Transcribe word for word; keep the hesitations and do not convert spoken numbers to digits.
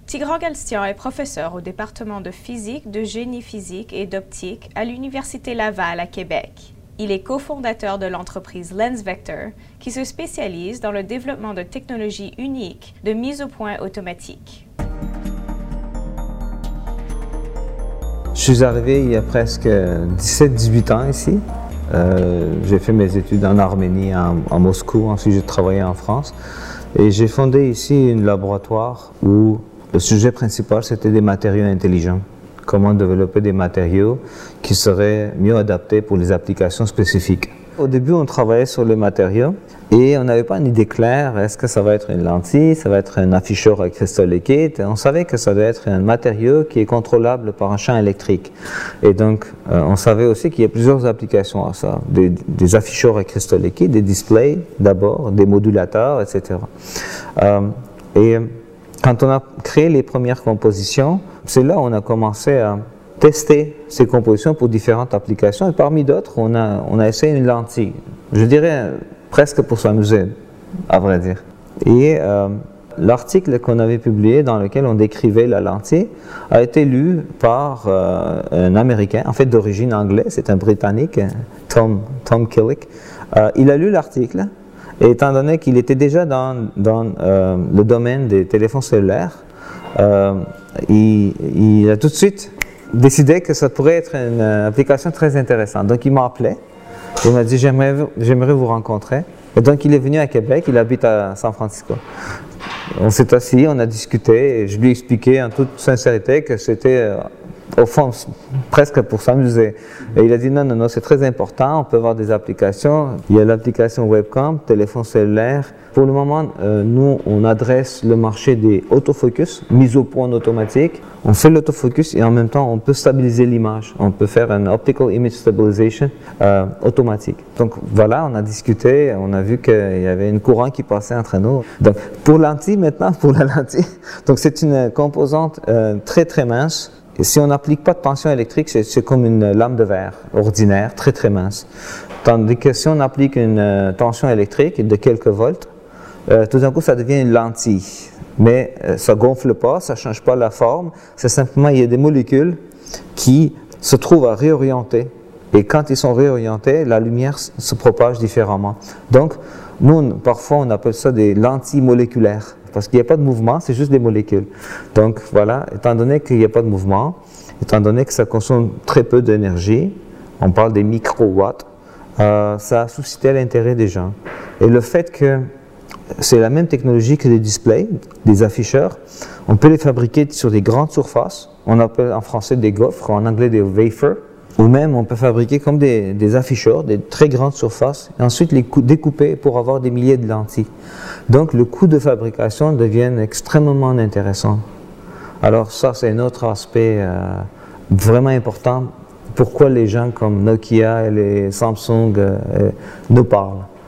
Tigran Galstian est professeur au département de physique, de génie physique et d'optique à l'Université Laval à Québec. Il est cofondateur de l'entreprise LensVector, qui se spécialise dans le développement de technologies uniques de mise au point automatique. Je suis arrivé il y a presque dix-sept dix-huit ans ici. Euh, j'ai fait mes études en Arménie, en, en Moscou, ensuite j'ai travaillé en France. Et j'ai fondé ici un laboratoire où le sujet principal c'était des matériaux intelligents. Comment développer des matériaux qui seraient mieux adaptés pour les applications spécifiques. Au début, on travaillait sur les matériaux et on n'avait pas une idée claire. Est-ce que ça va être une lentille, ça va être un afficheur à cristaux liquides? On savait que ça doit être un matériau qui est contrôlable par un champ électrique. Et donc, euh, on savait aussi qu'il y a plusieurs applications à ça. Des, des afficheurs à cristaux liquides, des displays d'abord, des modulateurs, et cetera. Euh, et quand on a créé les premières compositions, c'est là où on a commencé à tester ces compositions pour différentes applications et parmi d'autres, on a, on a essayé une lentille. Je dirais presque pour s'amuser, à vrai dire. Et euh, l'article qu'on avait publié dans lequel on décrivait la lentille a été lu par euh, un Américain, en fait d'origine anglaise, c'est un Britannique, Tom, Tom Killick. Euh, il a lu l'article et étant donné qu'il était déjà dans, dans euh, le domaine des téléphones cellulaires, euh, il, il a tout de suite décidé que ça pourrait être une application très intéressante. Donc il m'a appelé, il m'a dit j'aimerais, j'aimerais vous rencontrer. Et donc il est venu à Québec, il habite à San Francisco. On s'est assis, on a discuté et je lui ai expliqué en toute sincérité que c'était au fond presque pour s'amuser. Et il a dit non, non, non, c'est très important, on peut avoir des applications. Il y a l'application webcam, téléphone cellulaire. Pour le moment, euh, nous, on adresse le marché des autofocus, mise au point automatique. On fait l'autofocus et en même temps, on peut stabiliser l'image. On peut faire un optical image stabilization euh, automatique. Donc voilà, on a discuté, on a vu qu'il y avait une courant qui passait entre nous. Donc pour lentille maintenant, pour la lentille, donc c'est une composante euh, très très mince. Et si on n'applique pas de tension électrique, c'est comme une lame de verre ordinaire, très très mince. Tandis que si on applique une euh, tension électrique de quelques volts, euh, tout d'un coup ça devient une lentille. Mais euh, ça ne gonfle pas, ça ne change pas la forme, c'est simplement il y a des molécules qui se trouvent à réorienter. Et quand ils sont réorientés, la lumière se propage différemment. Donc, nous, parfois on appelle ça des lentilles moléculaires. Parce qu'il n'y a pas de mouvement, c'est juste des molécules. Donc voilà, étant donné qu'il n'y a pas de mouvement, étant donné que ça consomme très peu d'énergie, on parle des microwatts, euh, ça a suscité l'intérêt des gens. Et le fait que c'est la même technologie que les displays, des afficheurs, on peut les fabriquer sur des grandes surfaces, on appelle en français des gaufres, en anglais des wafers, ou même on peut fabriquer comme des, des afficheurs, des très grandes surfaces, et ensuite les découper pour avoir des milliers de lentilles. Donc le coût de fabrication devient extrêmement intéressant. Alors ça c'est un autre aspect euh, vraiment important, pourquoi les gens comme Nokia et les Samsung euh, nous parlent.